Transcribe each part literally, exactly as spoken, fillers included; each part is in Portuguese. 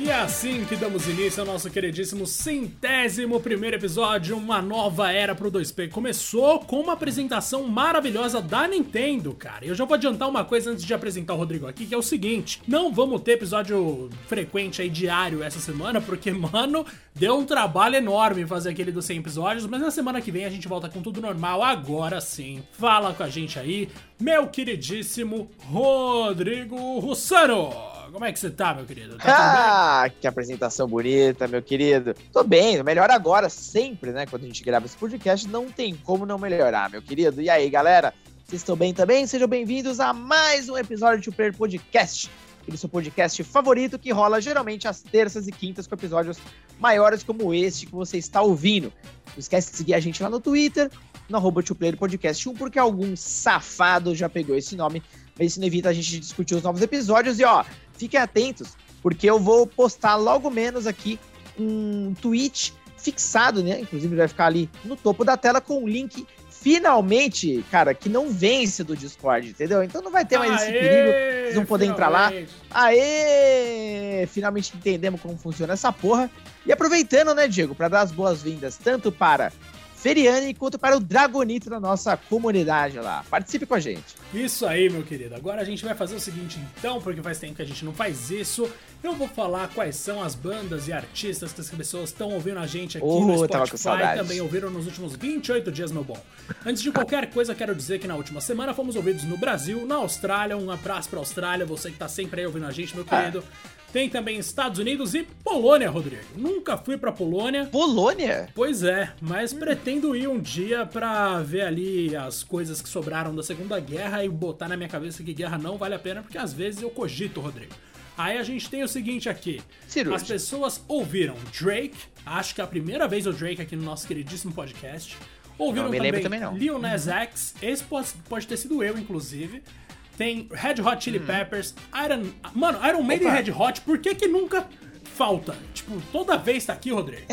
E é assim que damos início ao nosso queridíssimo centésimo primeiro episódio, uma nova era pro dois P. Começou com uma apresentação maravilhosa da Nintendo, cara. E eu já vou adiantar uma coisa antes de apresentar o Rodrigo aqui, que é o seguinte: não vamos ter episódio frequente aí, diário, essa semana, porque, mano, deu um trabalho enorme fazer aquele dos cem episódios, mas na semana que vem a gente volta com tudo normal, agora sim. Fala com a gente aí, meu queridíssimo Rodrigo Russano. Como é que você tá, meu querido? Tá ah, que apresentação bonita, meu querido. Tô bem, melhor agora, sempre, né? Quando a gente grava esse podcast, não tem como não melhorar, meu querido. E aí, galera? Vocês estão bem também? Sejam bem-vindos a mais um episódio do Two Player Podcast, aquele seu podcast favorito que rola geralmente às terças e quintas com episódios maiores como este que você está ouvindo. Não esquece de seguir a gente lá no Twitter, no arroba Two Player Podcast um, porque algum safado já pegou esse nome, mas isso não evita a gente discutir os novos episódios. E ó, fiquem atentos, porque eu vou postar logo menos aqui um tweet fixado, né? Inclusive vai ficar ali no topo da tela com um link, finalmente, cara, que não vence do Discord, entendeu? Então não vai ter mais Aê, esse perigo, vocês vão poder finalmente. entrar lá. Aê! Finalmente entendemos como funciona essa porra. E aproveitando, né, Diego, para dar as boas-vindas tanto para Feriane quanto para o Dragonito da nossa comunidade lá. Participe com a gente. Isso aí, meu querido. Agora a gente vai fazer o seguinte, então, porque faz tempo que a gente não faz isso. Eu vou falar quais são as bandas e artistas que as pessoas estão ouvindo a gente aqui oh, no Spotify. Também ouviram nos últimos vinte e oito dias, meu bom. Antes de qualquer coisa, quero dizer que na última semana fomos ouvidos no Brasil, na Austrália. Um abraço pra Austrália, você que tá sempre aí ouvindo a gente, meu querido. Ah. Tem também Estados Unidos e Polônia, Rodrigo. Nunca fui pra Polônia. Polônia? Pois é, mas hum. pretendo ir um dia pra ver ali as coisas que sobraram da Segunda Guerra e botar na minha cabeça que guerra não vale a pena, porque às vezes eu cogito, Rodrigo. Aí a gente tem o seguinte aqui. Cirúrgico. As pessoas ouviram Drake, acho que é a primeira vez o Drake aqui no nosso queridíssimo podcast. Ouviram não, também, também não. Lil Nas X, esse pode, pode ter sido eu, inclusive. Tem Red Hot Chili hum. Peppers, Iron... Mano, Iron Maiden e Red Hot, por que que nunca falta? Tipo, toda vez tá aqui, Rodrigo.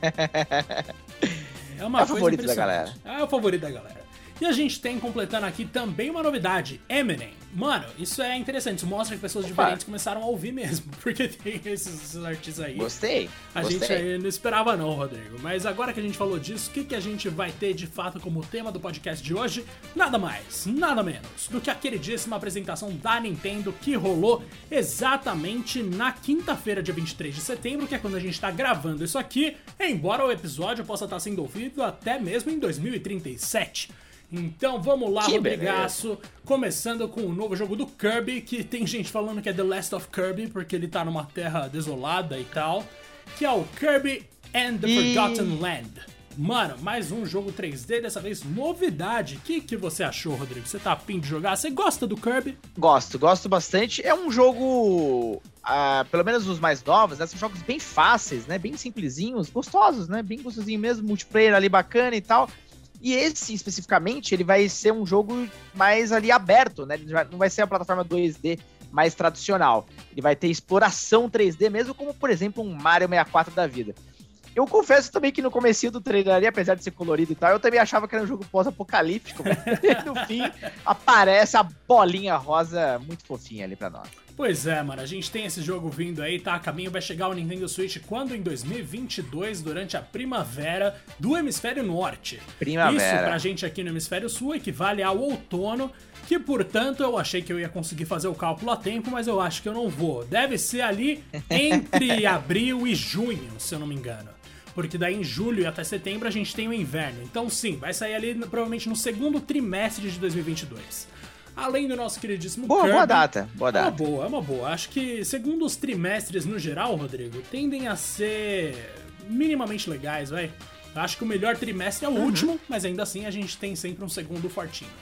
É uma é o coisa favorito da galera. É o favorito da galera. E a gente tem, completando aqui, também uma novidade, Eminem. Mano, isso é interessante, isso mostra que pessoas Opa. diferentes começaram a ouvir mesmo, porque tem esses, esses artistas aí. Gostei, A gostei. gente aí não esperava não, Rodrigo. Mas agora que a gente falou disso, o que, que a gente vai ter de fato como tema do podcast de hoje? Nada mais, nada menos do que a queridíssima apresentação da Nintendo que rolou exatamente na quinta-feira, dia vinte e três de setembro, que é quando a gente tá gravando isso aqui, embora o episódio possa estar sendo ouvido até mesmo em dois mil e trinta e sete. Então vamos lá, Rodrigaço, começando com o novo jogo do Kirby, que tem gente falando que é The Last of Kirby, porque ele tá numa terra desolada e tal, que é o Kirby and the e... Forgotten Land. Mano, mais um jogo três D, dessa vez novidade. O que, que você achou, Rodrigo? Você tá a fim de jogar? Você gosta do Kirby? Gosto, gosto bastante. É um jogo, uh, pelo menos os mais novos, né? São jogos bem fáceis, né? Bem simplesinhos, gostosos, né? Bem gostosinho mesmo, multiplayer ali bacana e tal. E esse, especificamente, ele vai ser um jogo mais ali aberto, né? Ele não vai ser a plataforma dois D mais tradicional. Ele vai ter exploração três D, mesmo como, por exemplo, um Mario sessenta e quatro da vida. Eu confesso também que no comecinho do trailer ali, apesar de ser colorido e tal, eu também achava que era um jogo pós-apocalíptico, mas no fim aparece a bolinha rosa muito fofinha ali pra nós. Pois é, mano, a gente tem esse jogo vindo aí, tá? A caminho vai chegar ao Nintendo Switch quando? Em dois mil e vinte e dois, durante a primavera do Hemisfério Norte. Primavera. Isso pra gente aqui no Hemisfério Sul equivale ao outono, que portanto eu achei que eu ia conseguir fazer o cálculo a tempo, mas eu acho que eu não vou. Deve ser ali entre abril e junho, se eu não me engano. Porque daí em julho e até setembro a gente tem o inverno. Então sim, vai sair ali provavelmente no segundo trimestre de dois mil e vinte e dois. Além do nosso queridíssimo boa, Kirby... Boa data, boa data. É uma boa, é uma boa. Acho que segundo os trimestres no geral, Rodrigo, tendem a ser minimamente legais, vai. Acho que o melhor trimestre é o uhum. último, mas ainda assim a gente tem sempre um segundo fortinho.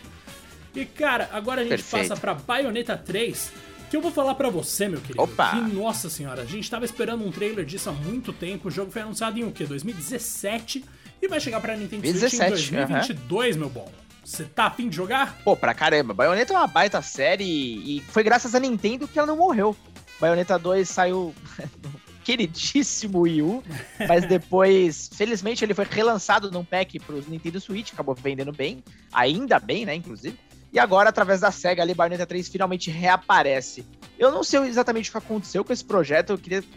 E cara, agora a gente Perfeito. passa pra Bayonetta três... Que eu vou falar pra você, meu querido. Opa! Que, nossa senhora, a gente tava esperando um trailer disso há muito tempo. O jogo foi anunciado em o quê? dois mil e dezessete. E vai chegar pra Nintendo Switch em dois mil e vinte e dois, uh-huh. meu bom. Você tá a fim de jogar? Pô, pra caramba. Bayonetta é uma baita série e foi graças a Nintendo que ela não morreu. Bayonetta dois saiu no queridíssimo Wii U, mas depois, felizmente, ele foi relançado num pack pro Nintendo Switch, acabou vendendo bem. Ainda bem, né, inclusive. E agora, através da SEGA ali, Bayonetta três finalmente reaparece. Eu não sei exatamente o que aconteceu com esse projeto, eu queria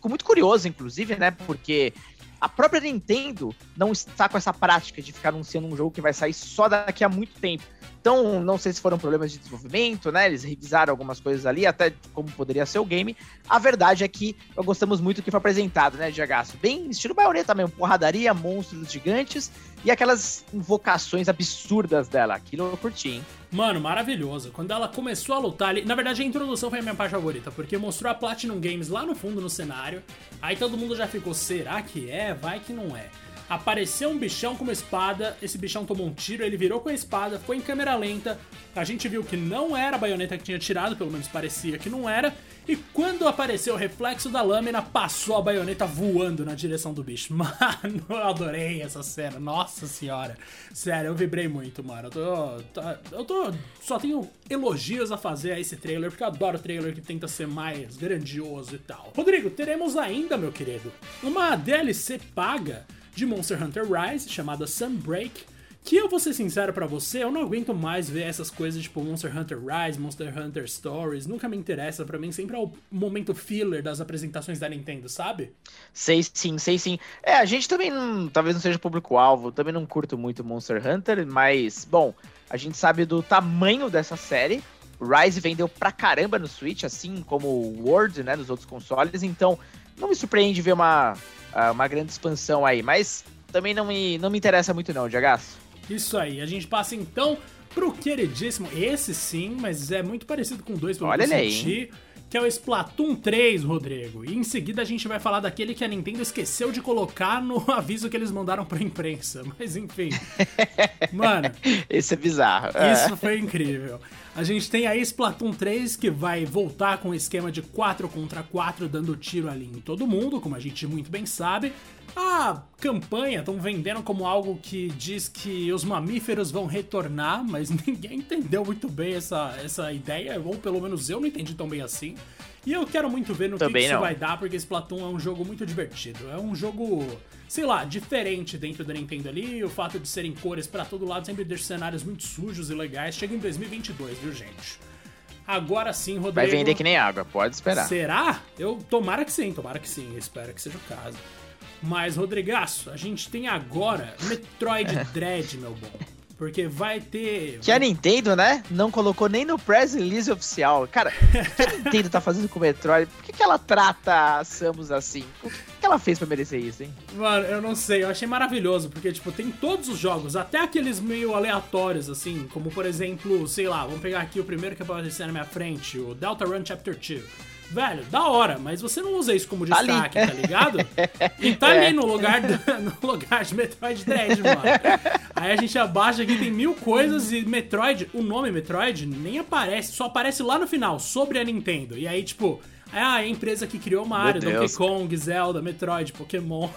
fico muito curioso, inclusive, né, porque a própria Nintendo não está com essa prática de ficar anunciando um jogo que vai sair só daqui a muito tempo. Então, não sei se foram problemas de desenvolvimento, né? Eles revisaram algumas coisas ali, até como poderia ser o game. A verdade é que nós gostamos muito do que foi apresentado, né, Diagaço? Bem estilo Bayonetta mesmo, porradaria, monstros gigantes e aquelas invocações absurdas dela. Aquilo eu curti, hein? Mano, maravilhoso. Quando ela começou a lutar ali... Na verdade, a introdução foi a minha parte favorita, porque mostrou a Platinum Games lá no fundo no cenário. Aí todo mundo já ficou, será que é? Vai que não é. Apareceu um bichão com uma espada, esse bichão tomou um tiro, ele virou com a espada, foi em câmera lenta, a gente viu que não era a Bayonetta que tinha tirado, pelo menos parecia que não era, e quando apareceu o reflexo da lâmina, passou a Bayonetta voando na direção do bicho. Mano, eu adorei essa cena, nossa senhora. Sério, eu vibrei muito, mano. Eu tô, eu tô só tenho elogios a fazer a esse trailer, porque eu adoro trailer que tenta ser mais grandioso e tal. Rodrigo, teremos ainda, meu querido, uma D L C paga de Monster Hunter Rise, chamada Sunbreak, que eu vou ser sincero pra você, eu não aguento mais ver essas coisas tipo Monster Hunter Rise, Monster Hunter Stories, nunca me interessa, pra mim sempre é o momento filler das apresentações da Nintendo, sabe? Sei sim, sei sim. É, a gente também não, talvez não seja público-alvo, também não curto muito Monster Hunter, mas, bom, a gente sabe do tamanho dessa série, Rise vendeu pra caramba no Switch, assim como o World, né, nos outros consoles, então não me surpreende ver uma... uma grande expansão aí, mas também não me, não me interessa muito não, Diagaço. Isso aí, a gente passa então pro queridíssimo, esse sim, mas é muito parecido com dois, pelo Olha que eu ele senti, aí, que é o Splatoon três, Rodrigo. E em seguida a gente vai falar daquele que a Nintendo esqueceu de colocar no aviso que eles mandaram pra imprensa, mas enfim. Mano, esse é bizarro. Isso foi incrível. A gente tem aí Splatoon três, que vai voltar com o esquema de quatro contra quatro, dando tiro ali em todo mundo, como a gente muito bem sabe. A campanha estão vendendo como algo que diz que os mamíferos vão retornar, mas ninguém entendeu muito bem essa, essa ideia, ou pelo menos eu não entendi tão bem assim. E eu quero muito ver no que, que isso vai dar, porque Splatoon é um jogo muito divertido. É um jogo, sei lá, diferente dentro da Nintendo ali. O fato de serem cores pra todo lado sempre deixa cenários muito sujos e legais. Chega em dois mil e vinte e dois, viu, gente? Agora sim, Rodrigo... Vai vender que nem água, pode esperar. Será? Eu tomara que sim, tomara que sim. Eu espero que seja o caso. Mas, Rodrigaço, a gente tem agora Metroid Dread, meu bom. Porque vai ter... Que a Nintendo, né, não colocou nem no press release oficial. Cara, o que a Nintendo tá fazendo com o Metroid? Por que, que ela trata a Samus assim? O que, que ela fez pra merecer isso, hein? Mano, eu não sei. Eu achei maravilhoso. Porque, tipo, tem todos os jogos. Até aqueles meio aleatórios, assim. Como, por exemplo, sei lá, vamos pegar aqui o primeiro que apareceu na minha frente. O Deltarune Chapter dois. Velho, da hora, mas você não usa isso como destaque, tá, tá ligado? E tá ali no lugar, do, no lugar de Metroid Dread, mano. Aí a gente abaixa aqui, tem mil coisas e Metroid, o nome Metroid nem aparece, só aparece lá no final, sobre a Nintendo. E aí, tipo, é a empresa que criou Mario, Donkey Kong, Zelda, Metroid, Pokémon.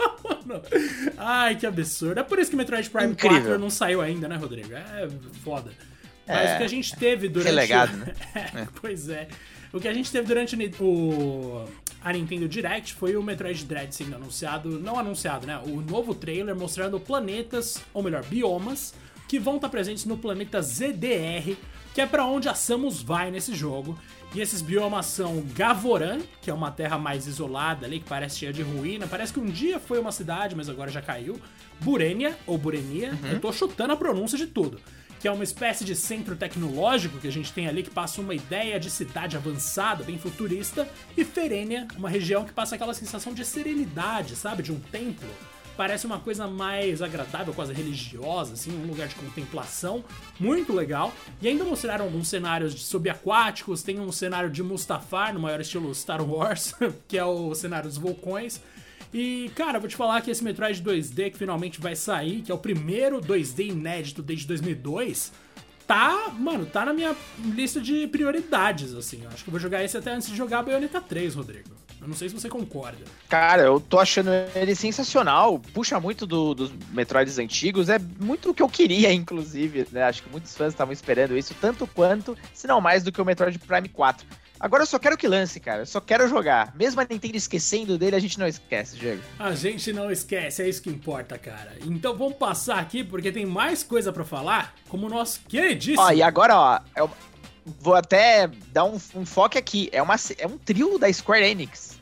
Ai, que absurdo. É por isso que Metroid Prime Incrível. quatro não saiu ainda, né, Rodrigo? É foda. Mas é, o que a gente teve durante... Relegado, né? é, pois é. O que a gente teve durante o, a Nintendo Direct foi o Metroid Dread sendo anunciado, não anunciado, né? O novo trailer mostrando planetas, ou melhor, biomas, que vão estar presentes no planeta Z D R, que é pra onde a Samus vai nesse jogo. E esses biomas são Gavoran, que é uma terra mais isolada ali, que parece cheia de ruína. Parece que um dia foi uma cidade, mas agora já caiu. Burenia, ou Burenia, uhum. Eu tô chutando a pronúncia de tudo. Que é uma espécie de centro tecnológico que a gente tem ali, que passa uma ideia de cidade avançada, bem futurista. E Ferênia, uma região que passa aquela sensação de serenidade, sabe? De um templo. Parece uma coisa mais agradável, quase religiosa, assim, um lugar de contemplação. Muito legal. E ainda mostraram alguns cenários subaquáticos. Tem um cenário de Mustafar, no maior estilo Star Wars, que é o cenário dos vulcões. E, cara, eu vou te falar que esse Metroid dois D que finalmente vai sair, que é o primeiro dois D inédito desde dois mil e dois, tá, mano, tá na minha lista de prioridades, assim. Eu acho que eu vou jogar esse até antes de jogar a Bayonetta três, Rodrigo. Eu não sei se você concorda. Cara, eu tô achando ele sensacional. Puxa muito do, dos Metroids antigos. É muito o que eu queria, inclusive, né? Acho que muitos fãs estavam esperando isso, tanto quanto, se não mais, do que o Metroid Prime quatro. Agora eu só quero que lance, cara. Eu só quero jogar. Mesmo a Nintendo esquecendo dele, a gente não esquece, Diego. A gente não esquece, é isso que importa, cara. Então vamos passar aqui, porque tem mais coisa pra falar, como o nosso queridíssimo... Ó, e agora, ó, eu vou até dar um, um foco aqui. É, uma, é um trio da Square Enix, né?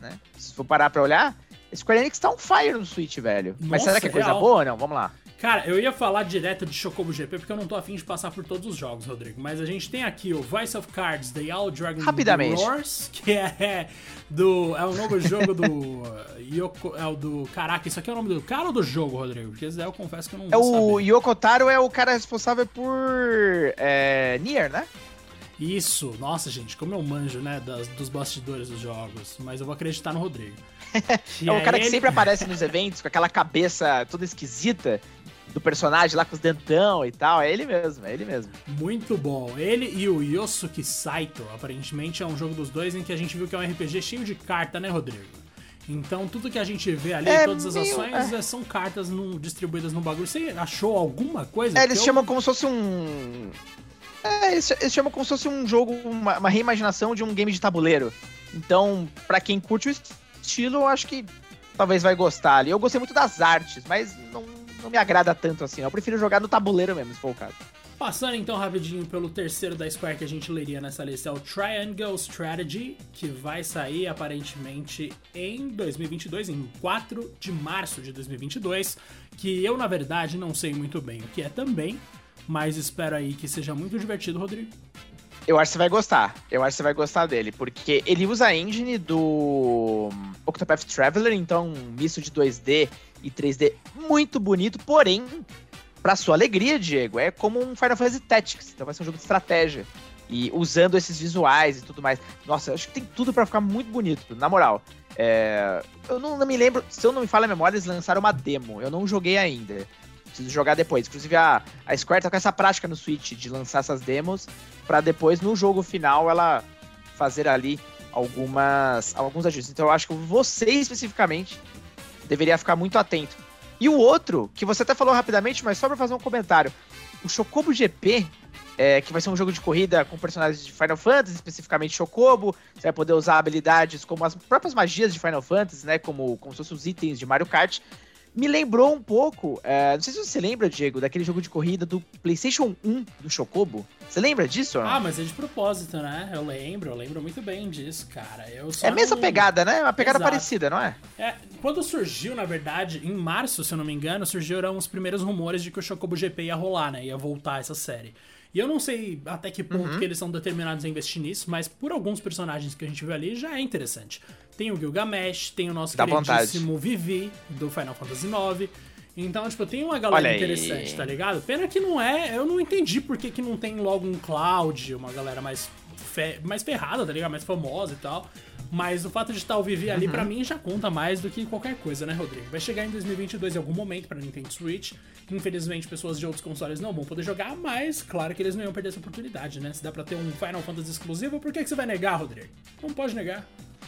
se for parar pra olhar, Square Enix tá on fire no Switch, velho. Nossa, Mas será que é coisa real. boa ou não? Vamos lá. Cara, eu ia falar direto de Chocobo G P, porque eu não tô afim de passar por todos os jogos, Rodrigo. Mas a gente tem aqui o Vice of Cards, The All Dragon Rapidamente. Wars, que é do... É o novo jogo do... Uh, Yoko... É o do... Caraca, isso aqui é o nome do cara ou do jogo, Rodrigo? Porque esse daí eu confesso que eu não É vou o saber. Yoko Taro é o cara responsável por é, Nier, né? Isso, nossa, gente, como eu manjo, né, das, dos bastidores dos jogos. Mas eu vou acreditar no Rodrigo. É o cara que sempre aparece nos eventos com aquela cabeça toda esquisita do personagem lá com os dentão e tal. É ele mesmo, é ele mesmo. Muito bom. Ele e o Yosuke Saito, aparentemente é um jogo dos dois em que a gente viu que é um R P G cheio de carta, né, Rodrigo? Então tudo que a gente vê ali, É todas as meio- ações, é. é, são cartas no- distribuídas no bagulho. Você achou alguma coisa? É, Porque eles eu- chamam como se fosse um... É, eles, eles chamam como se fosse um jogo, uma, uma reimaginação de um game de tabuleiro. Então, pra quem curte o estilo, eu acho que talvez vai gostar ali. Eu gostei muito das artes, mas não, não me agrada tanto assim. Eu prefiro jogar no tabuleiro mesmo, se for o caso. Passando então rapidinho pelo terceiro da Square que a gente leria nessa lista, é o Triangle Strategy, que vai sair aparentemente em dois mil e vinte e dois, em quatro de março de dois mil e vinte e dois, que eu na verdade não sei muito bem o que é também, mas espero aí que seja muito divertido, Rodrigo. Eu acho que você vai gostar. Eu acho que você vai gostar dele, porque ele usa a engine do Octopath Traveler, então um misto de dois D e três D muito bonito, porém, pra sua alegria, Diego, é como um Final Fantasy Tactics, então vai ser um jogo de estratégia. E usando esses visuais e tudo mais. Nossa, eu acho que tem tudo pra ficar muito bonito, na moral. É, eu não, não me lembro, se eu não me falha a memória, eles lançaram uma demo, eu não joguei ainda. Preciso jogar depois. Inclusive, a, a Square tá com essa prática no Switch de lançar essas demos pra depois, no jogo final, ela fazer ali algumas, alguns ajustes. Então eu acho que você, especificamente, deveria ficar muito atento. E o outro, que você até falou rapidamente, mas só pra fazer um comentário. O Chocobo G P, é, que vai ser um jogo de corrida com personagens de Final Fantasy, especificamente Chocobo. Você vai poder usar habilidades como as próprias magias de Final Fantasy, né? Como, como se fossem os itens de Mario Kart. Me lembrou um pouco, é, não sei se você lembra, Diego, daquele jogo de corrida do PlayStation um do Chocobo. Você lembra disso? Ou não? Ah, mas é de propósito, né? Eu lembro, eu lembro muito bem disso, cara. Eu só É a mesma não- pegada, né? Uma pegada Exato. parecida, não é? É, quando surgiu, na verdade, em março, se eu não me engano, surgiram os primeiros rumores de que o Chocobo G P ia rolar, né? Ia voltar essa série. E eu não sei até que ponto Uhum. que eles são determinados a investir nisso, mas por alguns personagens que a gente viu ali já é interessante. Tem o Gilgamesh, tem o nosso Dá queridíssimo Vivi, do Final Fantasy nove. Então, tipo, tem uma galera Olha aí. interessante, tá ligado? Pena que não é... Eu não entendi por que, que não tem logo um Cloud, uma galera mais, fe- mais ferrada, tá ligado? Mais famosa e tal. Mas o fato de estar o Vivi ali, Uhum. pra mim, já conta mais do que qualquer coisa, né, Rodrigo? Vai chegar em dois mil e vinte e dois em algum momento pra Nintendo Switch. Infelizmente, pessoas de outros consoles não vão poder jogar, mas claro que eles não iam perder essa oportunidade, né? Se dá pra ter um Final Fantasy exclusivo, por que, que você vai negar, Rodrigo? Não pode negar.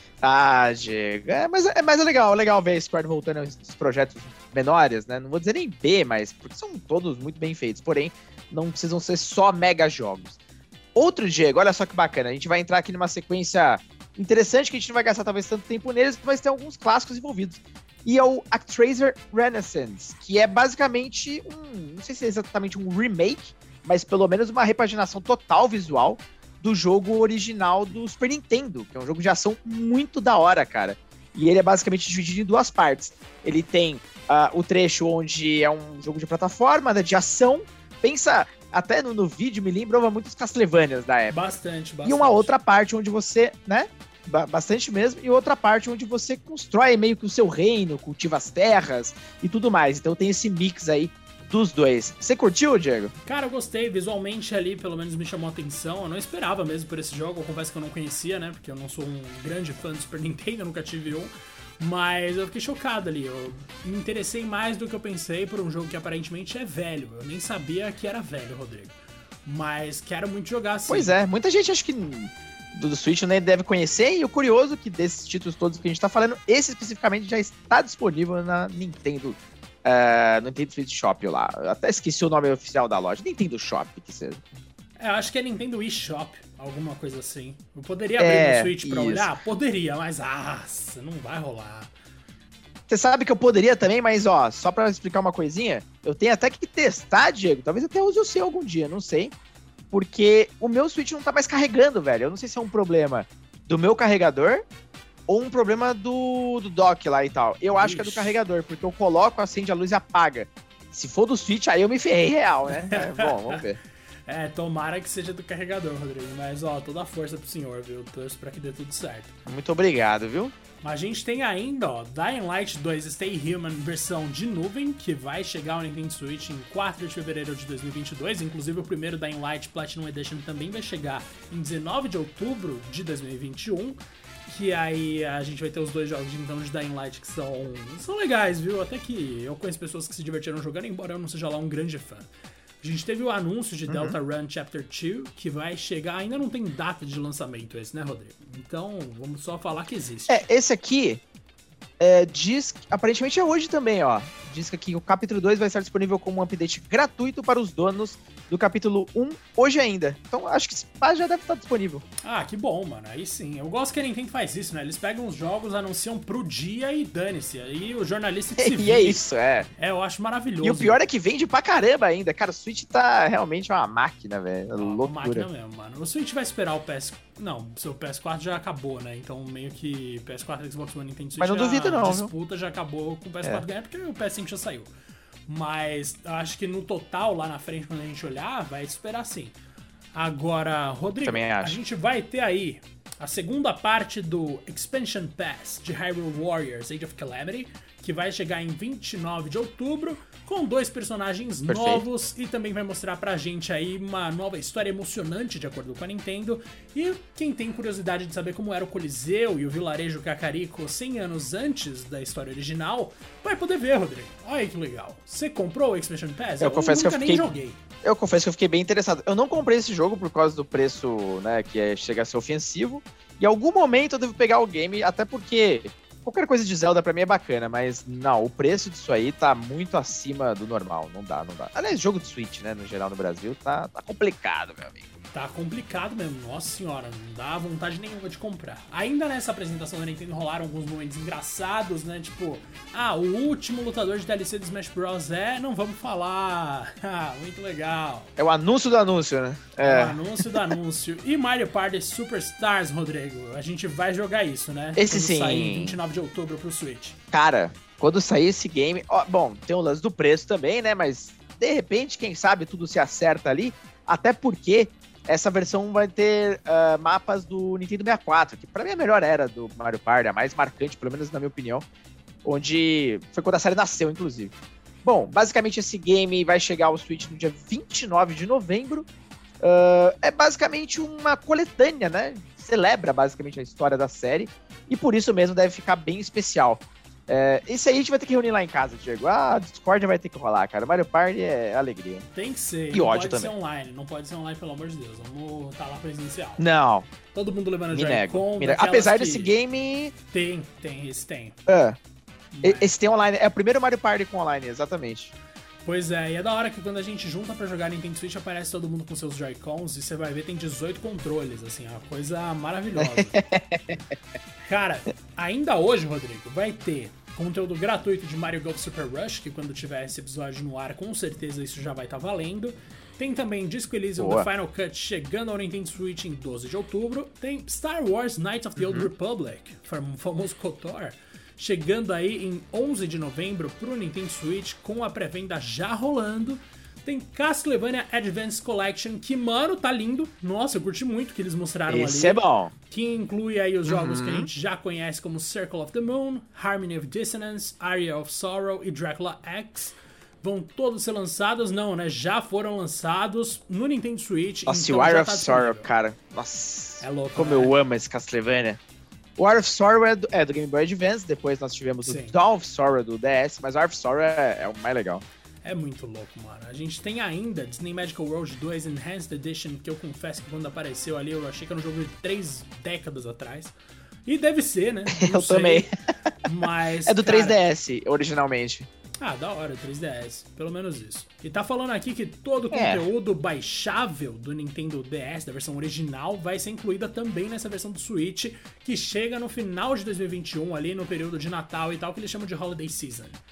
Ah, Diego. É, mas, é, mas é legal, legal ver a Square voltando a esses projetos menores, né? Não vou dizer nem B, mas porque são todos muito bem feitos. Porém, não precisam ser só mega jogos. Outro, Diego, olha só que bacana. A gente vai entrar aqui numa sequência interessante, que a gente não vai gastar talvez tanto tempo neles, mas tem alguns clássicos envolvidos. E é o Actraiser Renaissance, que é basicamente um... Não sei se é exatamente um remake, mas pelo menos uma repaginação total visual do jogo original do Super Nintendo, que é um jogo de ação muito da hora, cara. E ele é basicamente dividido em duas partes. Ele tem uh, o trecho onde é um jogo de plataforma, né, de ação. Pensa, até no, no vídeo me lembrava muito os Castlevanias da época. Bastante, bastante. E uma outra parte onde você, né, ba- bastante mesmo, e outra parte onde você constrói meio que o seu reino, cultiva as terras e tudo mais. Então tem esse mix aí dos dois. Você curtiu, Diego? Cara, eu gostei. Visualmente ali, pelo menos me chamou a atenção. Eu não esperava mesmo por esse jogo. Eu confesso que eu não conhecia, né? Porque eu não sou um grande fã do Super Nintendo, eu nunca tive um. Mas eu fiquei chocado ali. Eu me interessei mais do que eu pensei por um jogo que aparentemente é velho. Eu nem sabia que era velho, Rodrigo. Mas quero muito jogar sim. Pois é, muita gente acho que do, do Switch nem deve conhecer. E o curioso é que desses títulos todos que a gente tá falando, esse especificamente já está disponível na Nintendo. Uh, no Nintendo Switch Shop lá. Eu até esqueci o nome oficial da loja. Nintendo Shop, que seja. É, eu acho que é Nintendo eShop, alguma coisa assim. Eu poderia abrir É, no Switch pra isso. olhar? Poderia, mas ah, não vai rolar. Você sabe que eu poderia também, mas ó, só pra explicar uma coisinha, eu tenho até que testar, Diego. Talvez até use o seu algum dia, não sei. Porque o meu Switch não tá mais carregando, velho. Eu não sei se é um problema do meu carregador ou um problema do, do dock lá e tal. Eu acho Ixi. que é do carregador, porque eu coloco, acende a luz e apaga. Se for do Switch, aí eu me ferrei real, né? É, bom, vamos ver. É, tomara que seja do carregador, Rodrigo. Mas, ó, toda a força pro senhor, viu? Torço pra que dê tudo certo. Muito obrigado, viu? Mas a gente tem ainda, ó, Dying Light dois Stay Human versão de nuvem, que vai chegar ao Nintendo Switch em quatro de fevereiro de dois mil e vinte e dois. Inclusive, o primeiro Dying Light Platinum Edition também vai chegar em dezenove de outubro de dois mil e vinte e um. Que aí a gente vai ter os dois jogos de, então, de Dying Light que são, são legais, viu? Até que eu conheço pessoas que se divertiram jogando, embora eu não seja lá um grande fã. A gente teve o anúncio de uhum. Delta Run Chapter dois, que vai chegar... Ainda não tem data de lançamento esse, né, Rodrigo? Então, vamos só falar que existe. É, esse aqui é, diz... Aparentemente é hoje também, ó. Diz que aqui o capítulo dois vai estar disponível como um update gratuito para os donos do capítulo um hoje ainda. Então, acho que esse pá já deve estar disponível. Ah, que bom, mano. Aí sim. Eu gosto que a Nintendo faz isso, né? Eles pegam os jogos, anunciam pro dia e dane-se. Aí o jornalista que se E é isso, é. É, eu acho maravilhoso. E o pior é que vende pra caramba ainda. Cara, o Switch tá realmente uma máquina, velho. É loucura. Uma máquina mesmo, mano. O Switch vai esperar o P S... Não, o seu P S quatro já acabou, né? Então, meio que P S quatro, Xbox One, Nintendo Switch... Mas não duvido não, a disputa viu? já acabou com o P S quatro é. ganhar, porque o P S cinco já saiu. Mas acho que no total, lá na frente, quando a gente olhar, vai esperar sim. Agora, Rodrigo, a gente vai ter aí a segunda parte do Expansion Pass de Hyrule Warriors Age of Calamity, que vai chegar em vinte e nove de outubro, com dois personagens Perfeito. novos, e também vai mostrar pra gente aí uma nova história emocionante, de acordo com a Nintendo. E quem tem curiosidade de saber como era o Coliseu e o vilarejo Kakariko cem anos antes da história original, vai poder ver, Rodrigo. Olha que legal. Você comprou o Expansion Pass? Eu, eu confesso nunca que eu fiquei... nem joguei. Eu confesso que eu fiquei bem interessado. Eu não comprei esse jogo por causa do preço, né, que é, chega a ser ofensivo. Em algum momento eu devo pegar o game, até porque qualquer coisa de Zelda pra mim é bacana, mas não, o preço disso aí tá muito acima do normal. Não dá, não dá. Aliás, jogo de Switch, né, no geral no Brasil, tá, tá complicado, meu amigo. Tá complicado mesmo, nossa senhora, não dá vontade nenhuma de comprar. Ainda nessa apresentação da Nintendo rolaram alguns momentos engraçados, né? Tipo, ah, o último lutador de D L C do Smash Bros. É, não vamos falar. Ah, muito legal. É o anúncio do anúncio, né? É, é o anúncio do anúncio. E Mario Party Superstars, Rodrigo, a gente vai jogar isso, né? Esse quando sim. sair em vinte e nove de outubro pro Switch. Cara, quando sair esse game... Ó, bom, tem o lance do preço também, né? Mas, de repente, quem sabe tudo se acerta ali. Até porque... essa versão vai ter uh, mapas do Nintendo sessenta e quatro, que pra mim é a melhor era do Mario Party, a mais marcante, pelo menos na minha opinião, onde foi quando a série nasceu, inclusive. Bom, basicamente esse game vai chegar ao Switch no dia vinte e nove de novembro. Uh, é basicamente uma coletânea, né? Celebra basicamente a história da série, e por isso mesmo deve ficar bem especial. É, esse aí a gente vai ter que reunir lá em casa, Diego. Ah, a Discord vai ter que rolar, cara. Mario Party é alegria. Tem que ser. E não ódio pode também. ser online. Não pode ser online, pelo amor de Deus. Vamos estar lá presencial. Não. Todo mundo levando Me Joy-Con. nego. Apesar que... desse game... Tem, tem. Esse tem. É. Mas... Esse tem online. É o primeiro Mario Party com online, exatamente. Pois é, e é da hora que quando a gente junta pra jogar Nintendo Switch, aparece todo mundo com seus Joy-Cons e você vai ver, tem dezoito controles, assim, é uma coisa maravilhosa. Cara, ainda hoje, Rodrigo, vai ter conteúdo gratuito de Mario Golf Super Rush, que quando tiver esse episódio no ar, com certeza isso já vai estar tá valendo. Tem também Disco Elysium The Final Cut chegando ao Nintendo Switch em doze de outubro. Tem Star Wars Knights of the Old uhum. Republic, o famoso KOTOR, chegando aí em onze de novembro pro Nintendo Switch, com a pré-venda já rolando. Tem Castlevania Advance Collection, que, mano, tá lindo. Nossa, eu curti muito o que eles mostraram Esse ali. Esse é bom. Que inclui aí os jogos uhum. que a gente já conhece, como Circle of the Moon, Harmony of Dissonance, Aria of Sorrow e Dracula X. Vão todos ser lançados, não, né? Já foram lançados no Nintendo Switch. Nossa, então o Aria tá of Sorrow, cara. Nossa. É louco, como né? eu amo esse Castlevania. O Aria of Sorrow é do, é do Game Boy Advance, depois nós tivemos Sim. o Dawn of Sorrow do D S, mas o Aria of Sorrow é, é o mais legal. É muito louco, mano. A gente tem ainda Disney Magical World dois Enhanced Edition, que eu confesso que quando apareceu ali, eu achei que era um jogo de três décadas atrás. E deve ser, né? Não eu sei. também. Mas, é do cara... três D S, originalmente. Ah, da hora, três D S. Pelo menos isso. E tá falando aqui que todo o é. conteúdo baixável do Nintendo D S, da versão original, vai ser incluída também nessa versão do Switch, que chega no final de dois mil e vinte e um, ali no período de Natal e tal, que eles chamam de Holiday Season.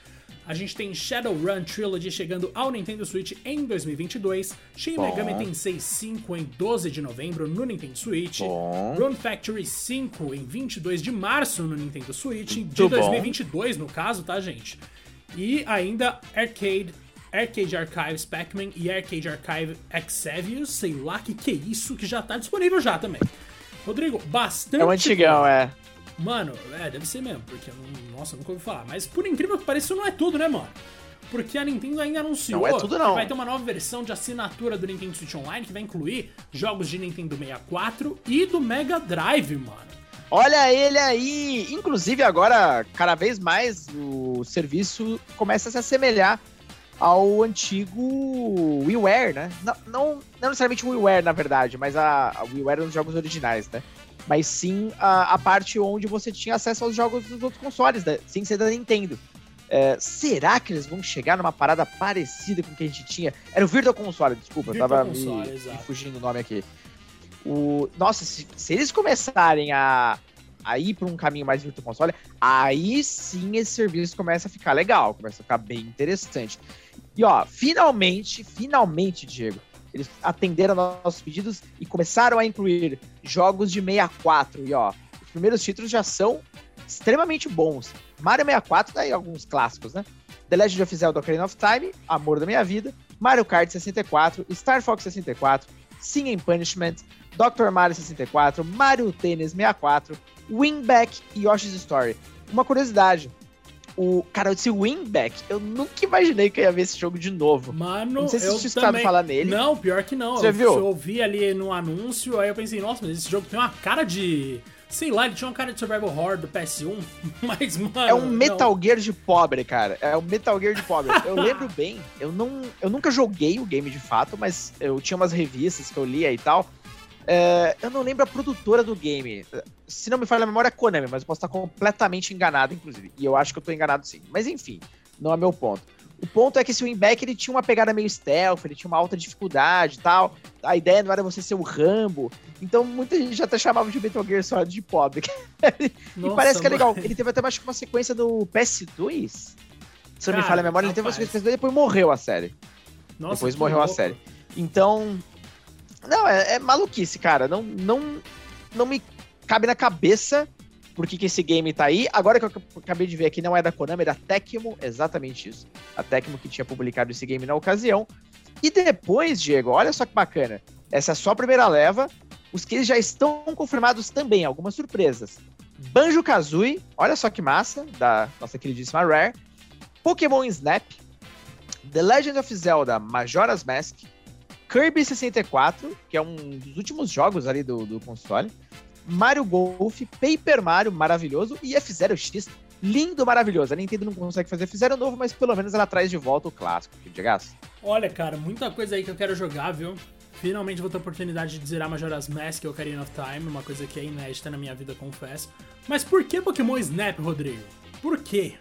A gente tem Shadowrun Trilogy chegando ao Nintendo Switch em dois mil e vinte e dois. Shin Megami Tensei cinco em doze de novembro no Nintendo Switch. Bom. Rune Factory cinco em vinte e dois de março no Nintendo Switch. Muito de dois mil e bom. vinte e dois, no caso, tá, gente? E ainda Arcade, Arcade Archives Pac-Man e Arcade Archive Exevius, sei lá que que é isso, que já tá disponível já também. Rodrigo, bastante... É o antigão, é. Mano, é, deve ser mesmo, porque, eu não, nossa, eu nunca ouvi falar. Mas por incrível que pareça, isso não é tudo, né, mano? Porque a Nintendo ainda anunciou Não é tudo, não. que vai ter uma nova versão de assinatura do Nintendo Switch Online que vai incluir jogos de Nintendo sessenta e quatro e do Mega Drive, mano. Olha ele aí! Inclusive, agora, cada vez mais, o serviço começa a se assemelhar ao antigo WiiWare, né? Não, não, não necessariamente o WiiWare, na verdade, mas a, a WiiWare era um dos jogos originais, né? Mas sim a, a parte onde você tinha acesso aos jogos dos outros consoles, né? Sem ser da Nintendo. É, será que eles vão chegar numa parada parecida com o que a gente tinha? Era o Virtual Console, desculpa, Virtual eu tava Console, me, exato. me fugindo o nome aqui. O, nossa, se, se eles começarem a, a ir para um caminho mais Virtual Console, aí sim esse serviço começa a ficar legal, começa a ficar bem interessante. E ó, finalmente, finalmente, Diego, eles atenderam nossos pedidos e começaram a incluir jogos de sessenta e quatro. E ó, os primeiros títulos já são extremamente bons. Mario sessenta e quatro, daí alguns clássicos, né? The Legend of Zelda Ocarina of Time, Amor da Minha Vida, Mario Kart sessenta e quatro, Star Fox sessenta e quatro, Sin and Punishment, doutor Mario sessenta e quatro, Mario Tennis sessenta e quatro, Winback e Yoshi's Story. Uma curiosidade, o cara, esse Winback, eu nunca imaginei que eu ia ver esse jogo de novo. Mano, não sei se eu você escutado também... falar nele. Não, pior que não. Você eu, viu? Eu ouvi ali no anúncio, aí eu pensei, nossa, mas esse jogo tem uma cara de... Sei lá, ele tinha uma cara de Survival Horror do P S um, mas, mano... É um não. Metal Gear de pobre, cara. É um Metal Gear de pobre. Eu lembro bem, eu, não, eu nunca joguei o game de fato, mas eu tinha umas revistas que eu lia e tal. É, eu não lembro a produtora do game. Se não me falha a memória, é Konami, mas eu posso estar completamente enganado, inclusive. E eu acho que eu tô enganado sim. Mas enfim, não é meu ponto. O ponto é que esse Winback, ele tinha uma pegada meio stealth, ele tinha uma alta dificuldade e tal. A ideia não era você ser o Rambo. Então muita gente já até chamava de Metal Gear Solid de pobre. Nossa, e parece que é legal. mano. Ele Ele teve até acho que uma sequência do P S dois. Se não me Cara, falha a memória, ele teve uma rapaz. sequência e depois morreu a série. Nossa, depois que morreu louco. a série. Então... Não, é, é maluquice, cara. Não, não, não me cabe na cabeça por que, que esse game tá aí. Agora que eu acabei de ver aqui, não é da Konami, é da Tecmo, exatamente isso. A Tecmo que tinha publicado esse game na ocasião. E depois, Diego, olha só que bacana. Essa é só a primeira leva. Os que já estão confirmados também, algumas surpresas. Banjo-Kazooie, olha só que massa, da nossa queridíssima Rare. Pokémon Snap. The Legend of Zelda Majora's Mask. Kirby sessenta e quatro, que é um dos últimos jogos ali do, do console. Mario Golf, Paper Mario, maravilhoso. E F-Zero X, lindo, maravilhoso. A Nintendo não consegue fazer F-Zero novo, mas pelo menos ela traz de volta o clássico. Que digas? Olha, cara, muita coisa aí que eu quero jogar, viu? Finalmente vou ter a oportunidade de zerar Majora's Mask e Ocarina of Time, uma coisa que é inédita na minha vida, confesso. Mas por que Pokémon Snap, Rodrigo? Por quê?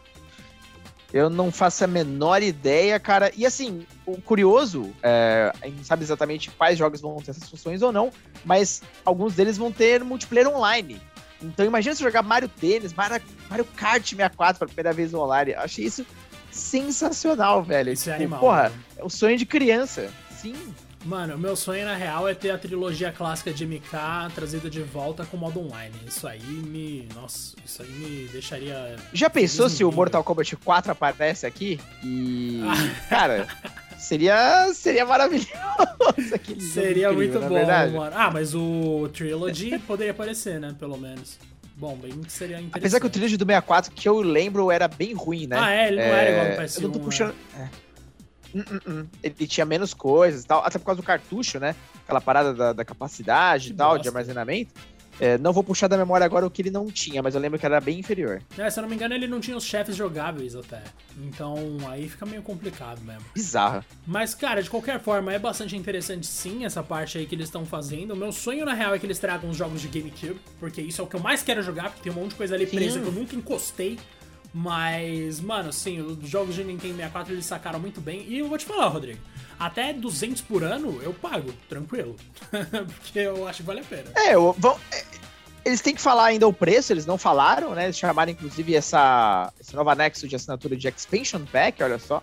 Eu não faço a menor ideia, cara. E assim, o curioso, é, a gente não sabe exatamente quais jogos vão ter essas funções ou não, mas alguns deles vão ter multiplayer online. Então imagina você jogar Mario Tennis, Mario, Mario Kart sessenta e quatro pela primeira vez online. Eu achei isso sensacional, velho. Isso é Tipo, animal, porra, né? é o sonho de criança. Sim. Mano, o meu sonho na real é ter a trilogia clássica de M K trazida de volta com modo online. Isso aí me... Nossa, isso aí me deixaria... Já pensou se o nível. Mortal Kombat quatro aparece aqui? E, cara, seria, seria maravilhoso aquele jogo Seria incrível, muito na bom, verdade. mano. Ah, mas o Trilogy poderia aparecer, né? Pelo menos. Bom, bem que seria interessante. Apesar que o Trilogy do sessenta e quatro, que eu lembro, era bem ruim, né? Ah, é? Ele não era igual no P S um, Eu não tô né? puxando... É. Hum, hum, hum. Ele tinha menos coisas e tal, até por causa do cartucho, né? Aquela parada da, da capacidade Que e tal, bosta. de armazenamento. É, não vou puxar da memória agora o que ele não tinha, mas eu lembro que era bem inferior. É, se eu não me engano, ele não tinha os chefes jogáveis até. Então, aí fica meio complicado mesmo. Bizarro. Mas, cara, de qualquer forma, é bastante interessante sim essa parte aí que eles estão fazendo. O meu sonho, na real, é que eles tragam os jogos de GameCube, porque isso é o que eu mais quero jogar, porque tem um monte de coisa ali Sim. presa que eu nunca encostei. Mas, mano, sim, os jogos de Nintendo sessenta e quatro eles sacaram muito bem. E eu vou te falar, Rodrigo, até duzentos por ano eu pago, tranquilo. Porque eu acho que vale a pena. É, eu, vão, é, Eles têm que falar ainda o preço, eles não falaram, né? Eles chamaram, inclusive, essa, esse novo anexo de assinatura de Expansion Pack, olha só.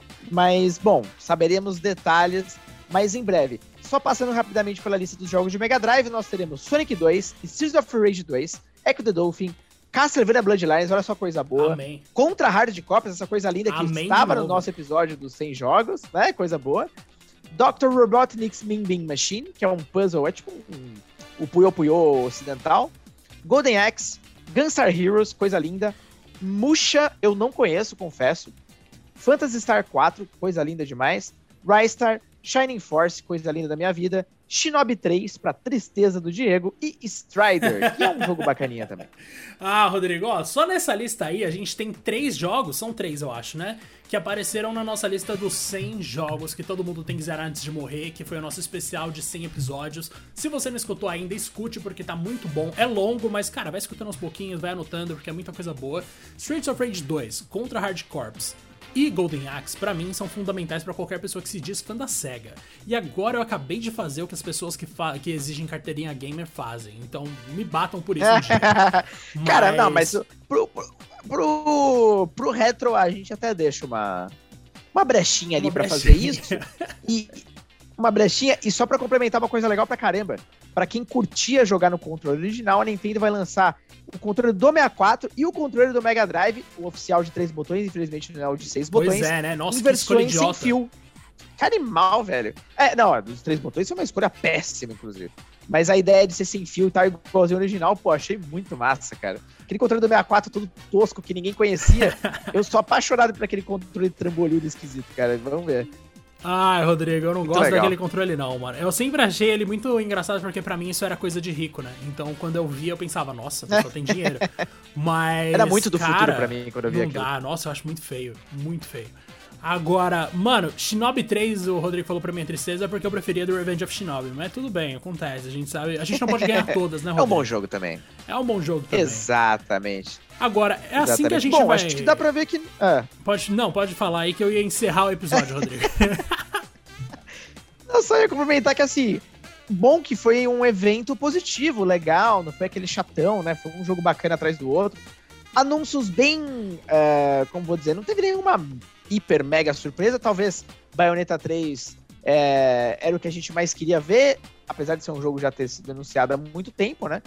Mas, bom, saberemos detalhes mais em breve. Só passando rapidamente pela lista dos jogos de Mega Drive, nós teremos Sonic dois, Streets of Rage dois, Echo the Dolphin, Castlevania Bloodlines, olha só coisa boa. Amém. Contra Hard Copies, essa coisa linda que Amém estava no nosso episódio dos cem jogos, né? Coisa boa. doutor Robotnik's Min Bin Machine, que é um puzzle, é tipo um, o Puyo Puyo ocidental. Golden Axe, Gunstar Heroes, coisa linda. Musha, eu não conheço, confesso. Phantasy Star quatro, coisa linda demais. Rystar, Shining Force, coisa linda da minha vida. Shinobi três, pra tristeza do Diego. E Strider, que é um jogo bacaninha também. Ah, Rodrigo, ó, só nessa lista aí a gente tem três jogos, são três eu acho, né? Que apareceram na nossa lista dos cem jogos que todo mundo tem que zerar antes de morrer, que foi o nosso especial de cem episódios. Se você não escutou ainda, escute porque tá muito bom. É longo, mas cara, vai escutando aos pouquinhos, vai anotando porque é muita coisa boa. Streets of Rage dois, Contra Hard Corps e Golden Axe, pra mim, são fundamentais pra qualquer pessoa que se diz fã da SEGA. E agora eu acabei de fazer o que as pessoas que, fa- que exigem carteirinha gamer fazem. Então, me batam por isso um dia. Mas... Cara, não, mas pro, pro, pro, pro retro a gente até deixa uma, uma brechinha ali Uma pra brechinha. fazer isso. E uma brechinha, e só pra complementar uma coisa legal pra caramba. Pra quem curtia jogar no controle original, a Nintendo vai lançar o controle do sessenta e quatro e o controle do Mega Drive, o oficial de três botões, infelizmente não é o de seis botões. Pois é, né? Nossa, em que escolha versões sem idiota. fio. Que animal, velho. É, não, a dos três botões foi uma escolha péssima, inclusive. Mas a ideia de ser sem fio e tal, igualzinho ao original, pô, achei muito massa, cara. Aquele controle do sessenta e quatro todo tosco, que ninguém conhecia. Eu sou apaixonado por aquele controle de trambolino esquisito, cara. Vamos ver. Ai, Rodrigo, eu não Muito gosto legal. daquele controle não, mano. Eu sempre achei ele muito engraçado porque pra mim isso era coisa de rico, né? Então quando eu via eu pensava, nossa, a pessoa tem dinheiro. Mas, Era muito do cara, futuro pra mim quando eu vi não aquilo. dá. Nossa, eu acho muito feio, muito feio. Agora, mano, Shinobi três, o Rodrigo falou pra mim a tristeza porque eu preferia do Revenge of Shinobi, mas tudo bem, acontece, a gente sabe, a gente não pode ganhar todas, né, É um Rodrigo? bom jogo também. É um bom jogo também. Exatamente. Agora, é assim Exatamente. que a gente Bom, vai... acho que dá pra ver que... Ah. Pode, não, pode falar aí que eu ia encerrar o episódio, Rodrigo. Eu só ia complementar que, assim, bom que foi um evento positivo, legal, não foi aquele chatão, né? Foi um jogo bacana atrás do outro. Anúncios bem, é, como vou dizer, não teve nenhuma hiper mega surpresa, talvez Bayonetta três é, era o que a gente mais queria ver, apesar de ser um jogo já ter sido anunciado há muito tempo, né?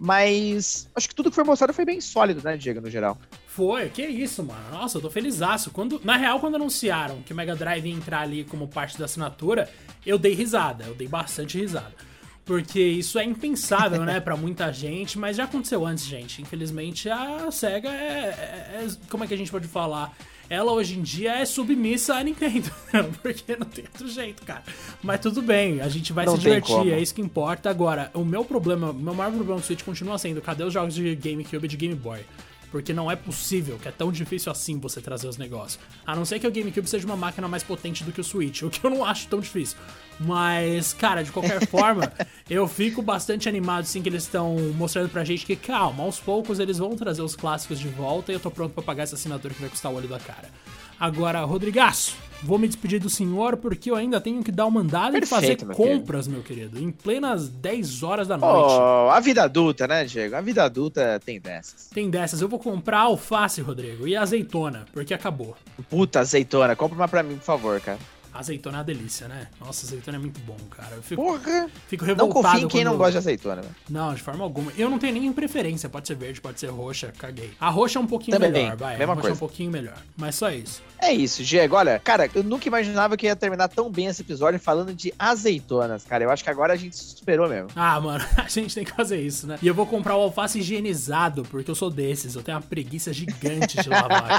Mas acho que tudo que foi mostrado foi bem sólido, né, Diego, no geral. Foi, que isso, mano. Nossa, eu tô felizaço. Quando, na real, quando anunciaram que o Mega Drive ia entrar ali como parte da assinatura, eu dei risada, eu dei bastante risada. Porque isso é impensável, né, pra muita gente, mas já aconteceu antes, gente. Infelizmente, a SEGA é, é, é... Como é que a gente pode falar? Ela, hoje em dia, é submissa à Nintendo, porque não tem outro jeito, cara. Mas tudo bem, a gente vai Não se tem divertir, como. é isso que importa. Agora, o meu problema, o meu maior problema do Switch continua sendo, cadê os jogos de GameCube e de Game Boy? Porque não é possível que é tão difícil assim você trazer os negócios. A não ser que o GameCube seja uma máquina mais potente do que o Switch, o que eu não acho tão difícil. Mas, cara, de qualquer forma, eu fico bastante animado, sim, que eles estão mostrando pra gente que, calma, aos poucos eles vão trazer os clássicos de volta e eu tô pronto pra pagar essa assinatura que vai custar o olho da cara. Agora, Rodrigaço, vou me despedir do senhor porque eu ainda tenho que dar uma andada e fazer Perfeito, meu compras, meu querido, em plenas dez horas da noite. Oh, a vida adulta, né, Diego? A vida adulta tem dessas. Tem dessas, eu vou comprar alface, Rodrigo, e azeitona, porque acabou. Puta, azeitona, compra uma pra mim, por favor, cara. Azeitona é uma delícia, né? Nossa, azeitona é muito bom, cara. Eu fico, Porra! fico Não revoltado confia em quem quando... não gosta de azeitona, velho. Não, de forma alguma. Eu não tenho nem preferência, pode ser verde, pode ser roxa, caguei. A roxa é um pouquinho Também, melhor, vai. mesma A roxa coisa. é um pouquinho melhor, mas só isso. É isso, Diego. Olha, cara, eu nunca imaginava que ia terminar tão bem esse episódio falando de azeitonas, cara. Eu acho que agora a gente se superou mesmo. Ah, mano, a gente tem que fazer isso, né? E eu vou comprar o alface higienizado, porque eu sou desses. Eu tenho uma preguiça gigante de lavar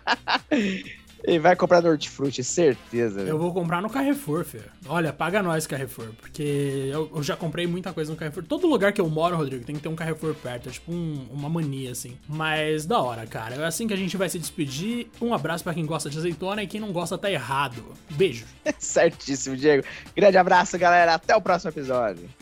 aqui. Ele vai comprar no Hortifruti, certeza, velho. Eu vou comprar no Carrefour, filho. Olha, paga nós, Carrefour. Porque eu, eu já comprei muita coisa no Carrefour. Todo lugar que eu moro, Rodrigo, tem que ter um Carrefour perto. É tipo um- uma mania, assim. Mas da hora, cara. É assim que a gente vai se despedir. Um abraço pra quem gosta de azeitona e quem não gosta tá errado. Beijo. Certíssimo, Diego. Grande abraço, galera. Até o próximo episódio.